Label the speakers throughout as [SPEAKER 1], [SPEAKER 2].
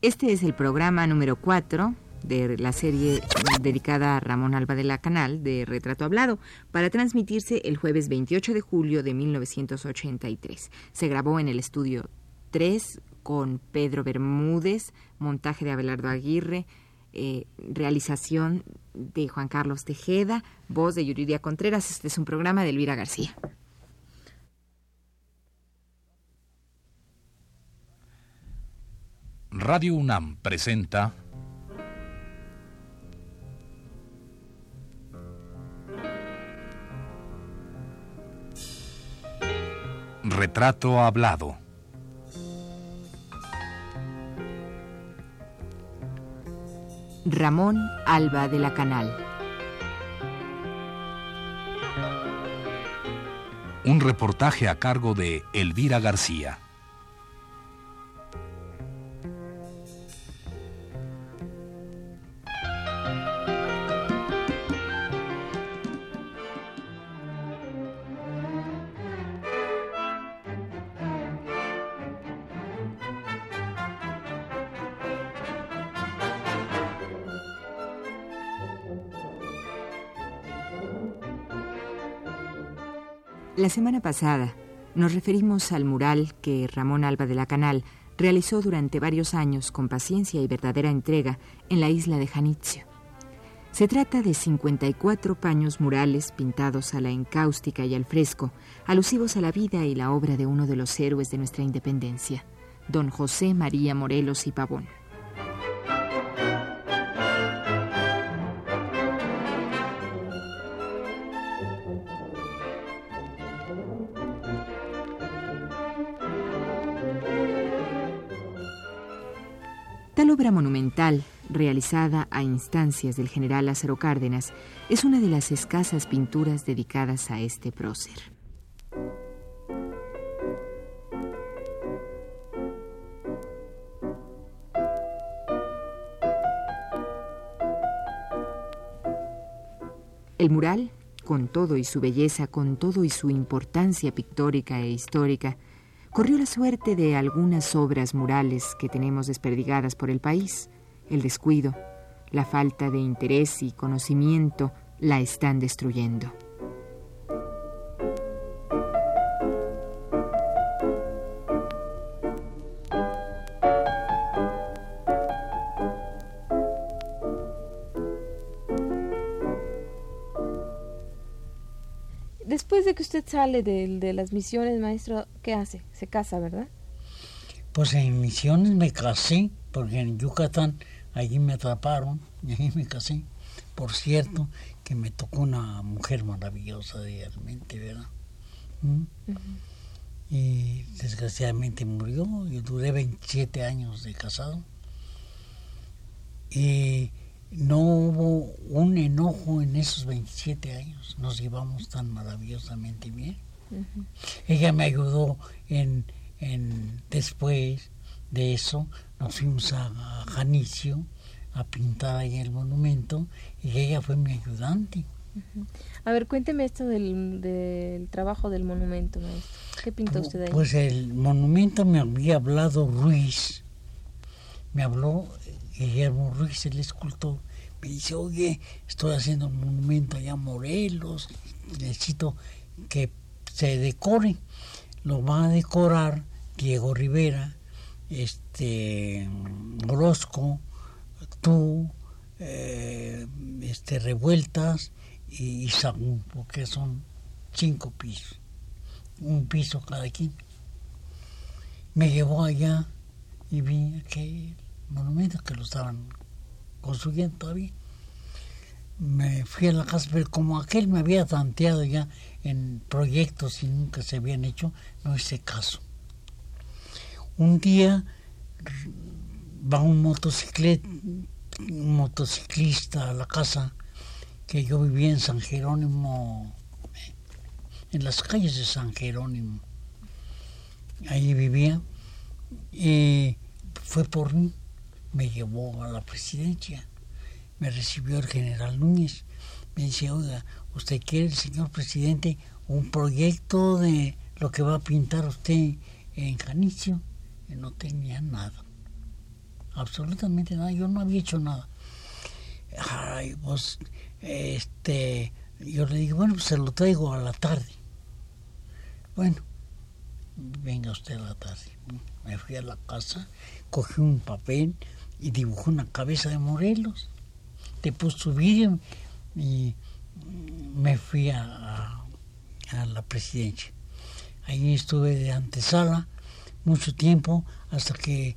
[SPEAKER 1] Este es el programa número 4 de la serie dedicada a Ramón Alba de la Canal de Retrato Hablado, para transmitirse el jueves 28 de julio de 1983. Se grabó en el estudio 3 con Pedro Bermúdez, montaje de Abelardo Aguirre, realización de Juan Carlos Tejeda, voz de Yuridia Contreras. Este es un programa de Elvira García.
[SPEAKER 2] Radio UNAM presenta Retrato Hablado.
[SPEAKER 1] Ramón Alba de la Canal.
[SPEAKER 2] Un reportaje a cargo de Elvira García.
[SPEAKER 1] La semana pasada nos referimos al mural que Ramón Alba de la Canal realizó durante varios años con paciencia y verdadera entrega en la isla de Janitzio. Se trata de 54 paños murales pintados a la encáustica y al fresco, alusivos a la vida y la obra de uno de los héroes de nuestra independencia, don José María Morelos y Pavón. Tal obra monumental, realizada a instancias del general Lázaro Cárdenas, es una de las escasas pinturas dedicadas a este prócer. El mural, con todo y su belleza, con todo y su importancia pictórica e histórica, corrió la suerte de algunas obras murales que tenemos desperdigadas por el país. El descuido, la falta de interés y conocimiento la están destruyendo.
[SPEAKER 3] Después de que usted sale de las misiones, maestro, ¿qué hace? Se casa, ¿verdad?
[SPEAKER 4] Pues en misiones me casé, porque en Yucatán allí me atraparon y allí me casé. Por cierto, que me tocó una mujer maravillosa realmente, ¿verdad? Y desgraciadamente murió. Yo duré 27 años de casado. Y no hubo un enojo en esos 27 años. Nos llevamos tan maravillosamente bien. Ella me ayudó después de eso. Nos fuimos a Janitzio a pintar ahí el monumento y ella fue mi ayudante.
[SPEAKER 3] A ver, cuénteme esto del trabajo del monumento, maestro. ¿Qué pintó usted ahí?
[SPEAKER 4] Pues el monumento me había hablado Ruiz. Me habló Guillermo Ruiz, el escultor. Me dice, oye, estoy haciendo un monumento allá en Morelos, necesito que se decore. Lo va a decorar Diego Rivera, Orozco, tú, Revueltas y Sagún, porque son 5 pisos, un piso cada quien. Me llevó allá y vi aquel monumento que lo estaban construyendo todavía. Me fui a la casa, pero como aquel me había tanteado ya en proyectos y nunca se habían hecho, no hice caso. Un día va un motociclista a la casa, que yo vivía en San Jerónimo, en las calles de San Jerónimo. Ahí vivía y fue por mí. Me llevó a la presidencia, me recibió el general Núñez, me dice, oiga, ¿usted quiere, señor presidente, un proyecto de lo que va a pintar usted en Janitzio? Y no tenía nada. absolutamente nada, yo no había hecho nada. Ay, pues, yo le dije, bueno, pues se lo traigo a la tarde. Bueno, venga usted a la tarde. Me fui a la casa, cogí un papel y dibujé una cabeza de Morelos. Después subí y me fui a la presidencia. Ahí estuve de antesala mucho tiempo hasta que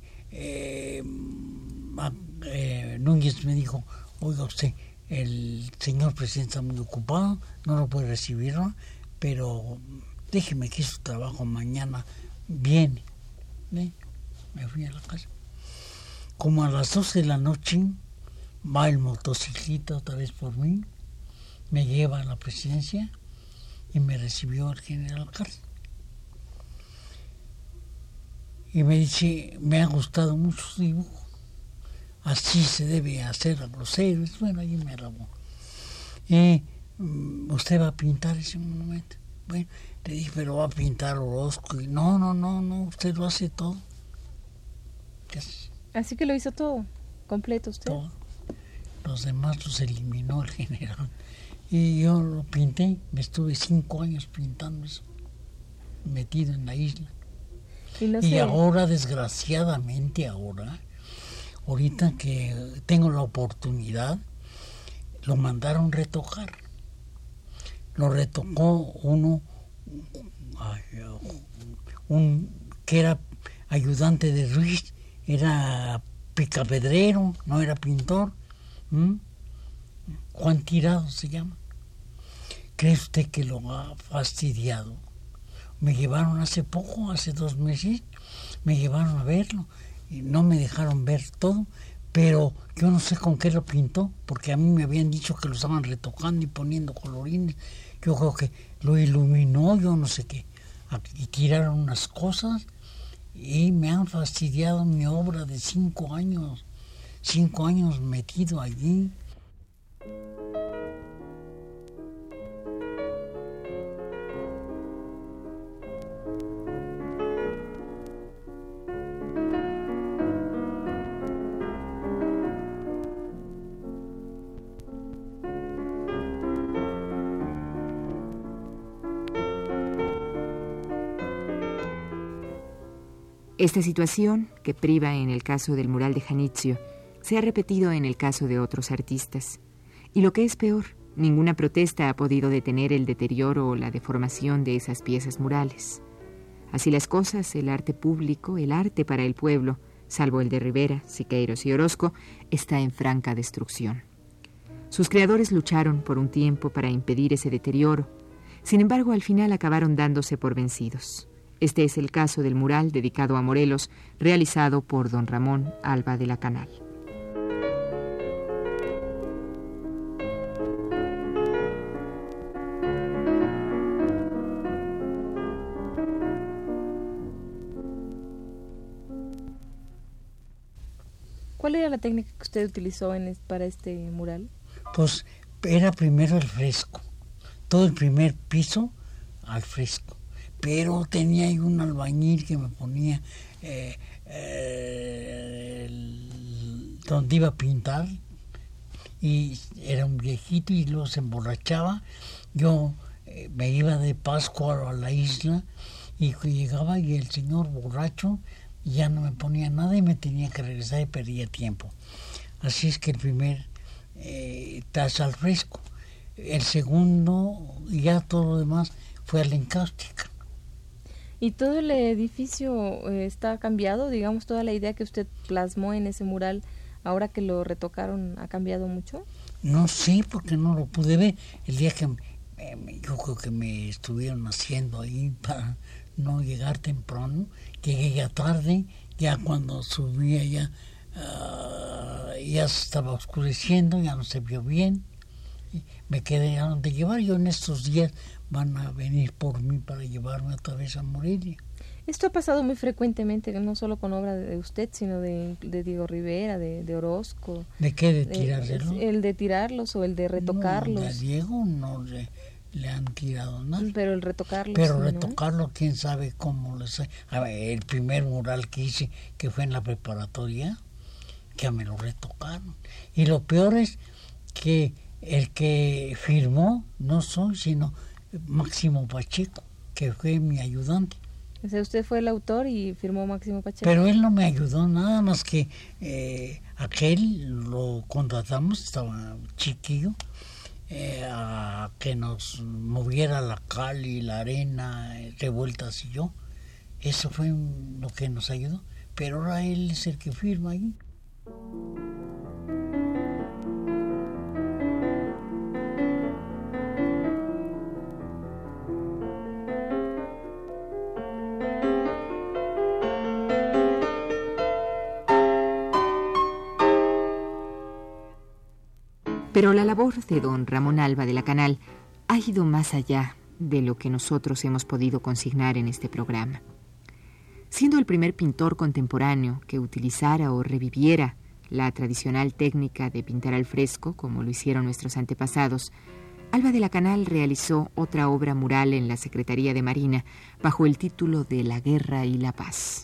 [SPEAKER 4] Núñez me dijo, oiga usted, el señor presidente está muy ocupado, no lo puede recibir, ¿no? Pero déjeme que su trabajo mañana viene. ¿Ve? Me fui a la casa. Como a las 12 de la noche va el motociclista otra vez por mí, me lleva a la presidencia y me recibió el general Cárdenas. Y me dice, me ha gustado mucho su dibujo, así se debe hacer a los héroes. Bueno, ahí me alabó. Y usted va a pintar ese monumento. Bueno, le dije, pero va a pintar Orozco. Y no, usted lo hace todo.
[SPEAKER 3] Así que lo hizo todo, completo usted.
[SPEAKER 4] Todo. Los demás los eliminó el general. Y yo lo pinté, me estuve 5 años pintando eso, metido en la isla. Y ahora, desgraciadamente, ahorita que tengo la oportunidad, lo mandaron retocar. Lo retocó un que era ayudante de Ruiz, era picapedrero, no era pintor. Juan Tirado se llama. ¿Cree usted que lo ha fastidiado? Me llevaron hace 2 meses, me llevaron a verlo y no me dejaron ver todo, pero yo no sé con qué lo pintó, porque a mí me habían dicho que lo estaban retocando y poniendo colorines. Yo creo que lo iluminó, yo no sé qué, y tiraron unas cosas y me han fastidiado mi obra de 5 años, 5 años metido allí.
[SPEAKER 1] Esta situación, que priva en el caso del mural de Janitzio, se ha repetido en el caso de otros artistas. Y lo que es peor, ninguna protesta ha podido detener el deterioro o la deformación de esas piezas murales. Así las cosas, el arte público, el arte para el pueblo, salvo el de Rivera, Siqueiros y Orozco, está en franca destrucción. Sus creadores lucharon por un tiempo para impedir ese deterioro. Sin embargo, al final acabaron dándose por vencidos. Este es el caso del mural dedicado a Morelos, realizado por don Ramón Alba de la Canal.
[SPEAKER 3] ¿Cuál era la técnica que usted utilizó para este mural?
[SPEAKER 4] Pues era primero el fresco, todo el primer piso al fresco. Pero tenía ahí un albañil que me ponía donde iba a pintar, y era un viejito y luego se emborrachaba. Yo me iba de Pascua a la isla y llegaba y el señor borracho ya no me ponía nada y me tenía que regresar y perdía tiempo. Así es que el primer taza al fresco, el segundo, ya todo lo demás fue a la encáustica.
[SPEAKER 3] ¿Y todo el edificio está cambiado? Digamos, toda la idea que usted plasmó en ese mural, ahora que lo retocaron, ¿ha cambiado mucho?
[SPEAKER 4] No sé, porque no lo pude ver. El día que yo creo que me estuvieron haciendo ahí para no llegar temprano, llegué ya tarde, ya cuando subía ya se estaba oscureciendo, ya no se vio bien. Me quedé a donde llevar. Yo en estos días van a venir por mí para llevarme otra vez a Morelia.
[SPEAKER 3] Esto ha pasado muy frecuentemente, no solo con obra de usted, sino de Diego Rivera, de Orozco.
[SPEAKER 4] ¿De qué? ¿De tirarlos?
[SPEAKER 3] El de tirarlos o el de retocarlos.
[SPEAKER 4] No, a Diego no le han tirado nada.
[SPEAKER 3] Pero el retocarlos.
[SPEAKER 4] Pero
[SPEAKER 3] sí,
[SPEAKER 4] retocarlo,
[SPEAKER 3] ¿no?
[SPEAKER 4] quién sabe cómo les... A ver, el primer mural que hice, que fue en la preparatoria, que ya me lo retocaron. Y lo peor es que el que firmó no soy, sino Máximo Pacheco, que fue mi ayudante.
[SPEAKER 3] O sea, usted fue el autor y firmó Máximo Pacheco.
[SPEAKER 4] Pero él no me ayudó nada más que aquel lo contratamos, estaba chiquillo, a que nos moviera la cal y la arena revueltas y yo. Eso fue lo que nos ayudó. Pero ahora él es el que firma ahí.
[SPEAKER 1] Pero la labor de don Ramón Alba de la Canal ha ido más allá de lo que nosotros hemos podido consignar en este programa. Siendo el primer pintor contemporáneo que utilizara o reviviera la tradicional técnica de pintar al fresco, como lo hicieron nuestros antepasados, Alba de la Canal realizó otra obra mural en la Secretaría de Marina bajo el título de La Guerra y la Paz.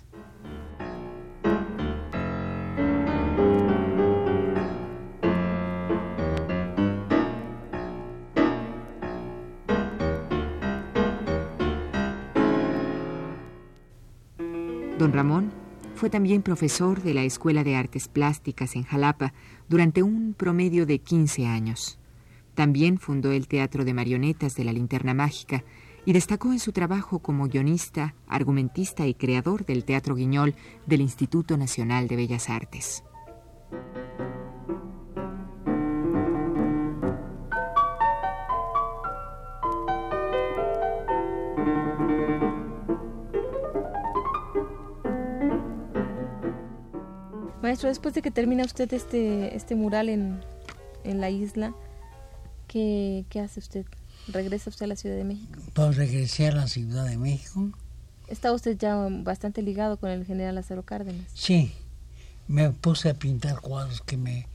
[SPEAKER 1] Don Ramón fue también profesor de la Escuela de Artes Plásticas en Jalapa durante un promedio de 15 años. También fundó el Teatro de Marionetas de la Linterna Mágica y destacó en su trabajo como guionista, argumentista y creador del Teatro Guiñol del Instituto Nacional de Bellas Artes.
[SPEAKER 3] Maestro, después de que termina usted este mural en la isla, ¿qué hace usted? ¿Regresa usted a la Ciudad de México?
[SPEAKER 4] Pues regresé a la Ciudad de México.
[SPEAKER 3] ¿Está usted ya bastante ligado con el general Lázaro Cárdenas?
[SPEAKER 4] Sí, me puse a pintar cuadros que me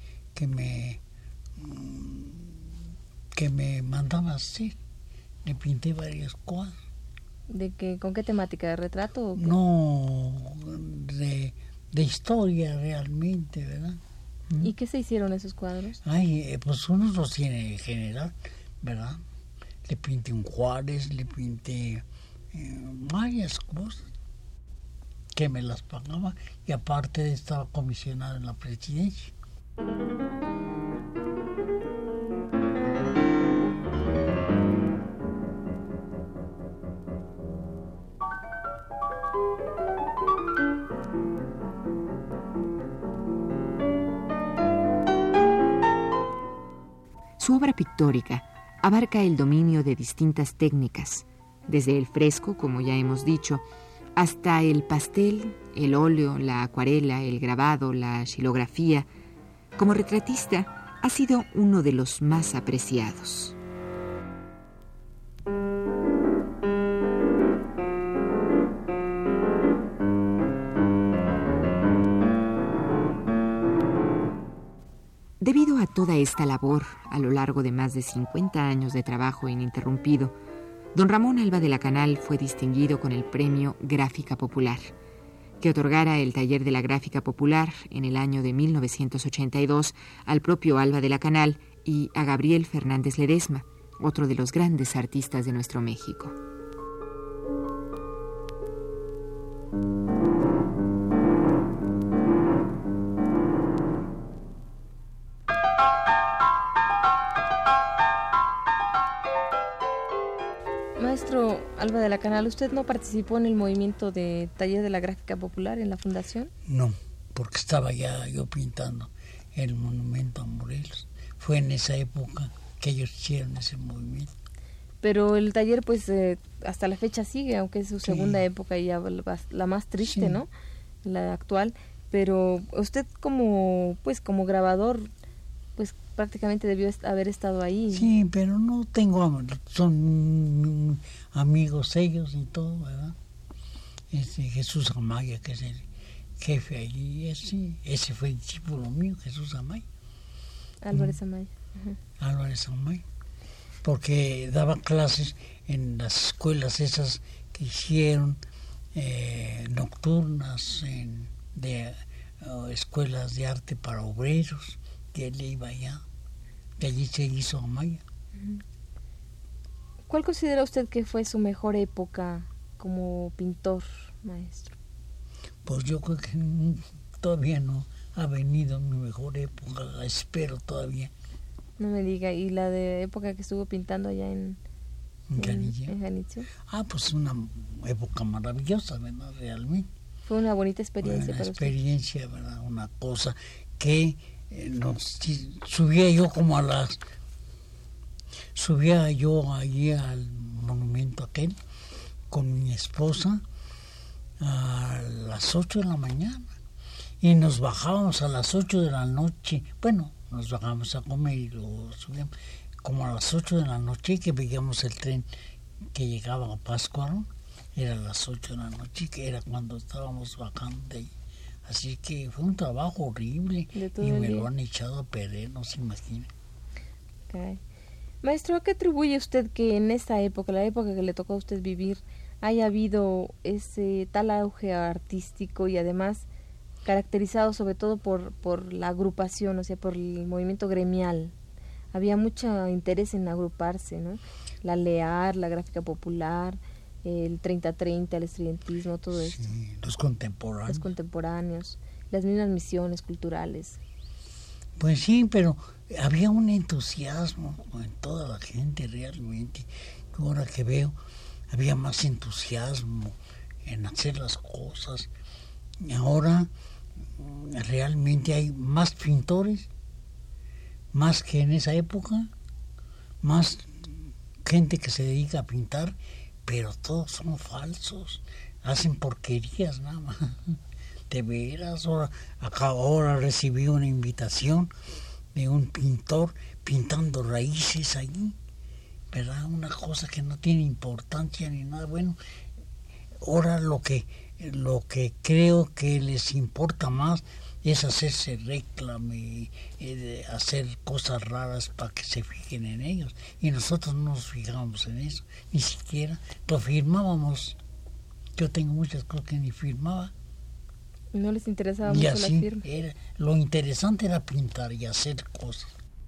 [SPEAKER 4] mandaba hacer. Le pinté varios cuadros.
[SPEAKER 3] ¿Con qué temática? ¿De retrato o qué?
[SPEAKER 4] No, de historia realmente, ¿verdad?
[SPEAKER 3] ¿Y qué se hicieron esos cuadros?
[SPEAKER 4] Ay, pues uno los tiene en general, ¿verdad? Le pinté un Juárez, le pinté varias cosas que me las pagaba y aparte estaba comisionado en la presidencia.
[SPEAKER 1] Su obra pictórica abarca el dominio de distintas técnicas, desde el fresco, como ya hemos dicho, hasta el pastel, el óleo, la acuarela, el grabado, la xilografía. Como retratista, ha sido uno de los más apreciados. Debido a toda esta labor, a lo largo de más de 50 años de trabajo ininterrumpido, don Ramón Alba de la Canal fue distinguido con el premio Gráfica Popular, que otorgara el Taller de la Gráfica Popular en el año de 1982 al propio Alba de la Canal y a Gabriel Fernández Ledesma, otro de los grandes artistas de nuestro México.
[SPEAKER 3] Maestro Alba de la Canal, ¿usted no participó en el movimiento de Taller de la Gráfica Popular en la fundación?
[SPEAKER 4] No, porque estaba ya yo pintando el monumento a Morelos. Fue en esa época que ellos hicieron ese movimiento.
[SPEAKER 3] Pero el taller pues hasta la fecha sigue, aunque es su segunda época y ya la más triste, ¿no? La actual. Pero usted como grabador, pues prácticamente debió haber estado ahí.
[SPEAKER 4] Sí, pero no tengo, son amigos ellos y todo, ¿verdad? Jesús Amaya, que es el jefe allí, ese fue discípulo mío, Jesús Amaya.
[SPEAKER 3] Álvarez Amaya.
[SPEAKER 4] Álvarez Amaya, porque daba clases en las escuelas esas que hicieron nocturnas de escuelas de arte para obreros, que él iba allá, de allí se hizo Amaya.
[SPEAKER 3] ¿Cuál considera usted que fue su mejor época como pintor, maestro?
[SPEAKER 4] Pues yo creo que todavía no ha venido mi mejor época, la espero todavía.
[SPEAKER 3] No me diga, ¿y la de época que estuvo pintando allá en Janitzio?
[SPEAKER 4] Pues una época maravillosa, ¿verdad? Realmente.
[SPEAKER 3] Fue una bonita experiencia para
[SPEAKER 4] experiencia, usted. ¿Verdad? Una cosa que subía yo allí al monumento aquel con mi esposa a las 8 de la mañana y nos bajábamos a las 8 de la noche. Bueno, nos bajábamos a comer y luego subíamos como a las 8 de la noche, que veíamos el tren que llegaba a Pátzcuaro. Era a las 8 de la noche, que era cuando estábamos bajando de ahí. Así que fue un trabajo horrible y me lo han echado a perder, no se imagina.
[SPEAKER 3] Okay. Maestro, ¿a qué atribuye usted que en esta época, la época que le tocó a usted vivir, haya habido ese tal auge artístico y además caracterizado sobre todo por la agrupación, o sea, por el movimiento gremial? Había mucho interés en agruparse, ¿no? La LEAR, la Gráfica Popular, el 30-30, el estudiantismo, todo esto.
[SPEAKER 4] Los contemporáneos.
[SPEAKER 3] Las mismas misiones culturales.
[SPEAKER 4] Pues sí, pero había un entusiasmo en toda la gente realmente. Ahora que veo, había más entusiasmo en hacer las cosas. Y ahora realmente hay más pintores, más que en esa época, más gente que se dedica a pintar, pero todos son falsos, hacen porquerías nada más. De veras, ahora recibí una invitación de un pintor pintando raíces allí, ¿verdad? Una cosa que no tiene importancia ni nada. Bueno, ahora lo que creo que les importa más es hacerse réclame, hacer cosas raras para que se fijen en ellos. Y nosotros no nos fijamos en eso, ni siquiera lo firmábamos. Yo tengo muchas cosas que ni firmaba.
[SPEAKER 3] No les interesaba mucho la firma.
[SPEAKER 4] Lo interesante era pintar y hacer cosas.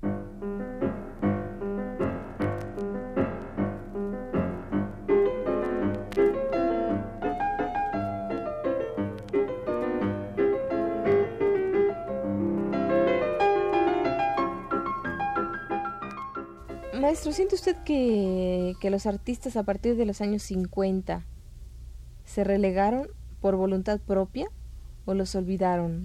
[SPEAKER 3] Maestro, ¿siente usted que los artistas a partir de los años 50 se relegaron por voluntad propia o los olvidaron?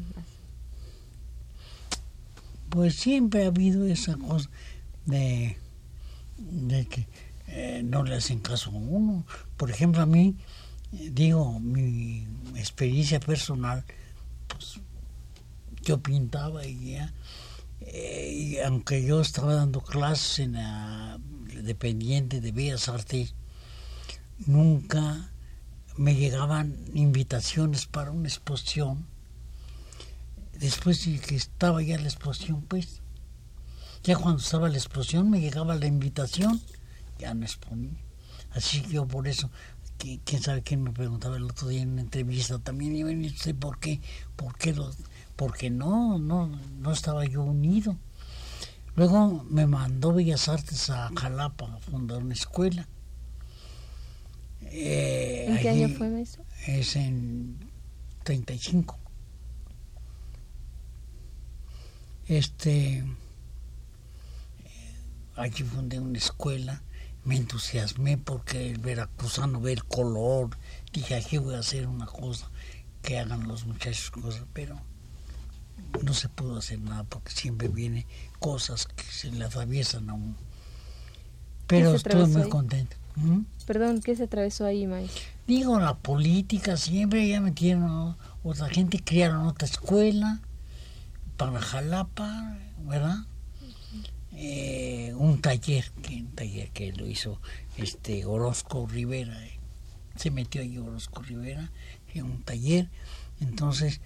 [SPEAKER 4] Pues siempre ha habido esa cosa de que no le hacen caso a uno. Por ejemplo, a mí, mi experiencia personal, pues yo pintaba y ya. Y aunque yo estaba dando clases en la dependiente de Bellas Artes, nunca me llegaban invitaciones para una exposición. Después de que estaba ya la exposición, pues, ya cuando estaba la exposición me llegaba la invitación, ya no exponía. Así que yo por eso, quién sabe quién me preguntaba el otro día en una entrevista también, y yo no sé por qué porque no estaba yo unido. Luego me mandó Bellas Artes a Jalapa a fundar una escuela.
[SPEAKER 3] ¿En qué año fue eso?
[SPEAKER 4] Es en 35. Allí fundé una escuela, me entusiasmé porque el veracruzano ve el color, dije aquí voy a hacer una cosa, que hagan los muchachos cosas, pero no se pudo hacer nada porque siempre vienen cosas que se le atraviesan a uno. Pero estoy muy contento.
[SPEAKER 3] Perdón, ¿qué se atravesó ahí, maestro?
[SPEAKER 4] La política siempre, ya metieron otra gente, crearon otra escuela para Jalapa, ¿verdad? Un taller que lo hizo Orozco Rivera, se metió ahí Orozco Rivera en un taller. Entonces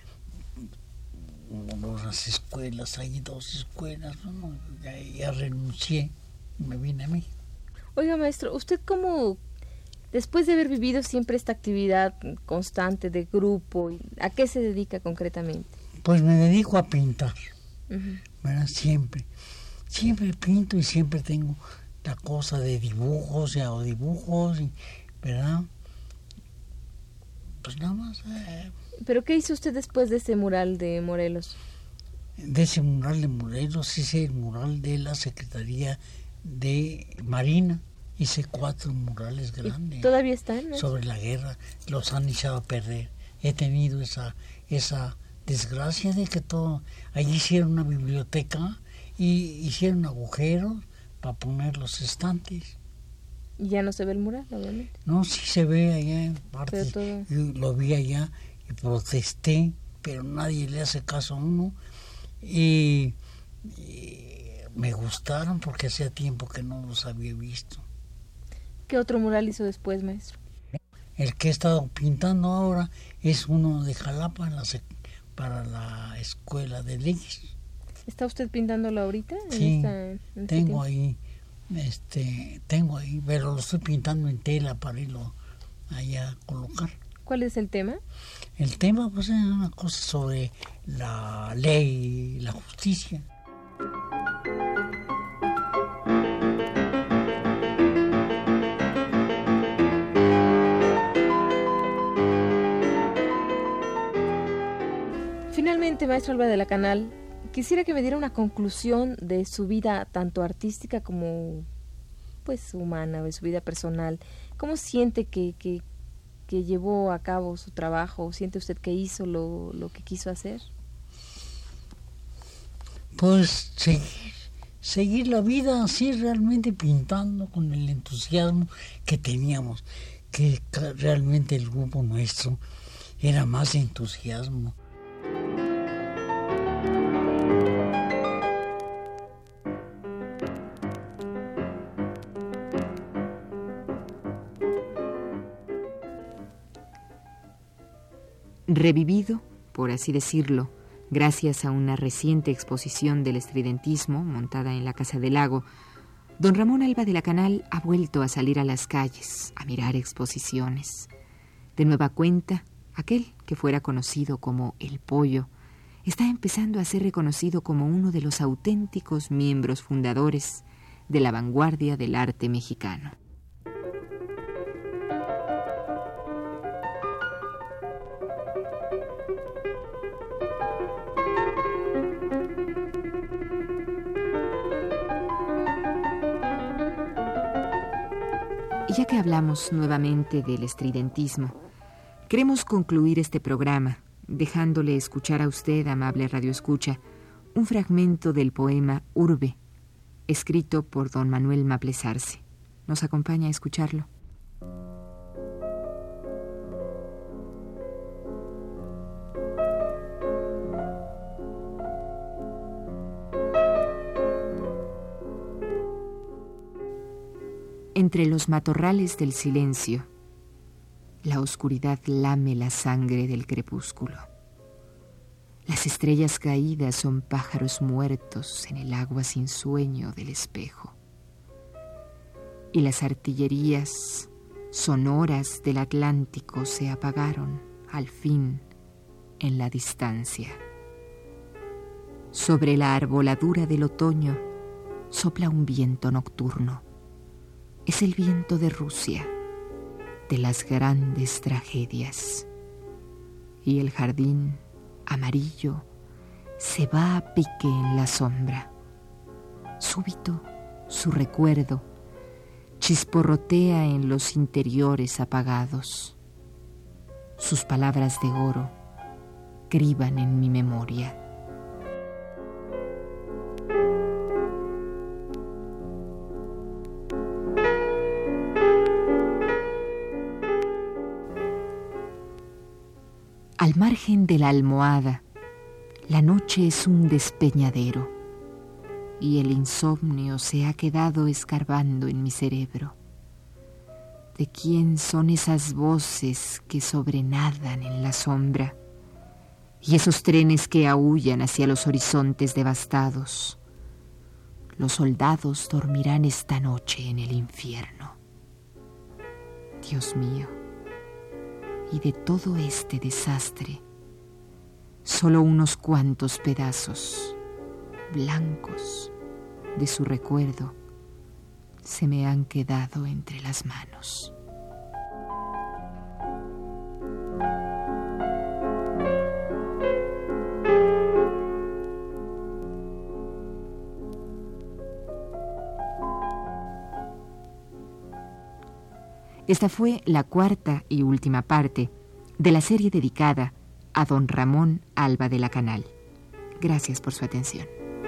[SPEAKER 4] las escuelas, hay 2 escuelas, ¿no? Ya renuncié, me vine a mí.
[SPEAKER 3] Oiga, maestro, ¿usted cómo, después de haber vivido siempre esta actividad constante de grupo, a qué se dedica concretamente?
[SPEAKER 4] Pues me dedico a pintar, ¿verdad? Siempre pinto y siempre tengo la cosa de dibujos, ¿verdad? Pues nada más.
[SPEAKER 3] ¿Pero qué hizo usted después de ese mural de Morelos?
[SPEAKER 4] De ese mural de Morelos hice el mural de la Secretaría de Marina. Hice 4 murales grandes.
[SPEAKER 3] ¿Todavía están?
[SPEAKER 4] Sobre la guerra. Los han echado a perder. He tenido esa desgracia de que todo... Allí hicieron una biblioteca y hicieron agujeros para poner los estantes.
[SPEAKER 3] Y ya no se ve el mural, obviamente.
[SPEAKER 4] No, sí se ve allá en parte.
[SPEAKER 3] Todo...
[SPEAKER 4] Yo lo vi allá y protesté, pero nadie le hace caso a uno. Y me gustaron porque hacía tiempo que no los había visto.
[SPEAKER 3] ¿Qué otro mural hizo después, maestro?
[SPEAKER 4] El que he estado pintando ahora es uno de Jalapa para la Escuela de Leyes.
[SPEAKER 3] ¿Está usted pintándolo ahorita?
[SPEAKER 4] Sí, tengo ahí, pero lo estoy pintando en tela para irlo allá a colocar.
[SPEAKER 3] ¿Cuál es el tema?
[SPEAKER 4] El tema pues es una cosa sobre la ley y la justicia.
[SPEAKER 3] Finalmente, maestro Alba de la Canal, quisiera que me diera una conclusión de su vida tanto artística como pues humana, de su vida personal. ¿Cómo siente que llevó a cabo su trabajo? ¿Siente usted que hizo lo que quiso hacer?
[SPEAKER 4] Pues seguir la vida así, realmente pintando con el entusiasmo que teníamos, que realmente el grupo nuestro era más de entusiasmo.
[SPEAKER 1] Revivido, por así decirlo, gracias a una reciente exposición del estridentismo montada en la Casa del Lago, don Ramón Alba de la Canal ha vuelto a salir a las calles, a mirar exposiciones. De nueva cuenta, aquel que fuera conocido como El Pollo está empezando a ser reconocido como uno de los auténticos miembros fundadores de la vanguardia del arte mexicano. Y ya que hablamos nuevamente del estridentismo, queremos concluir este programa dejándole escuchar a usted, amable radioescucha, un fragmento del poema Urbe, escrito por don Manuel Maples Arce. ¿Nos acompaña a escucharlo? Entre los matorrales del silencio, la oscuridad lame la sangre del crepúsculo. Las estrellas caídas son pájaros muertos en el agua sin sueño del espejo. Y las artillerías sonoras del Atlántico se apagaron, al fin, en la distancia. Sobre la arboladura del otoño sopla un viento nocturno. Es el viento de Rusia, de las grandes tragedias. Y el jardín, amarillo, se va a pique en la sombra. Súbito, su recuerdo chisporrotea en los interiores apagados. Sus palabras de oro criban en mi memoria. Al margen de la almohada, la noche es un despeñadero y el insomnio se ha quedado escarbando en mi cerebro. ¿De quién son esas voces que sobrenadan en la sombra y esos trenes que aúllan hacia los horizontes devastados? Los soldados dormirán esta noche en el infierno. Dios mío, y de todo este desastre, Solo unos cuantos pedazos blancos de su recuerdo se me han quedado entre las manos. Esta fue la cuarta y última parte de la serie dedicada a don Ramón Alba de la Canal. Gracias por su atención.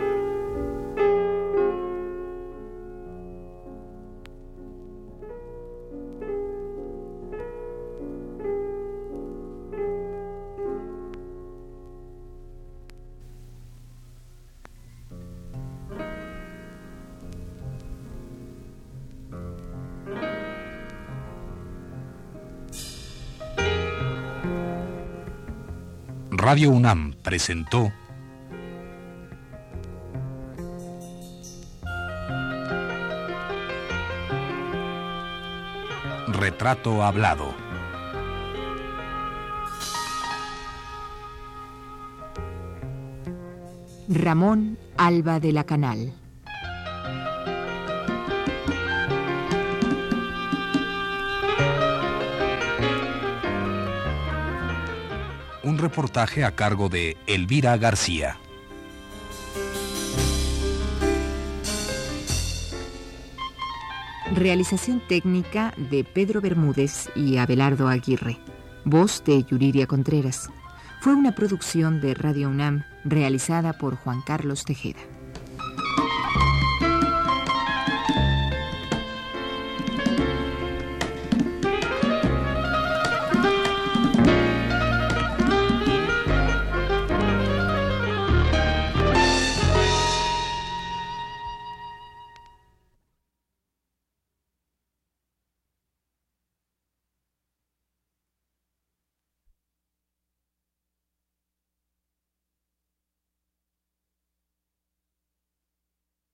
[SPEAKER 2] Radio UNAM presentó Retrato Hablado.
[SPEAKER 1] Ramón Alba de la Canal.
[SPEAKER 2] Un reportaje a cargo de Elvira García.
[SPEAKER 1] Realización técnica de Pedro Bermúdez y Abelardo Aguirre. Voz de Yuriria Contreras. Fue una producción de Radio UNAM realizada por Juan Carlos Tejeda.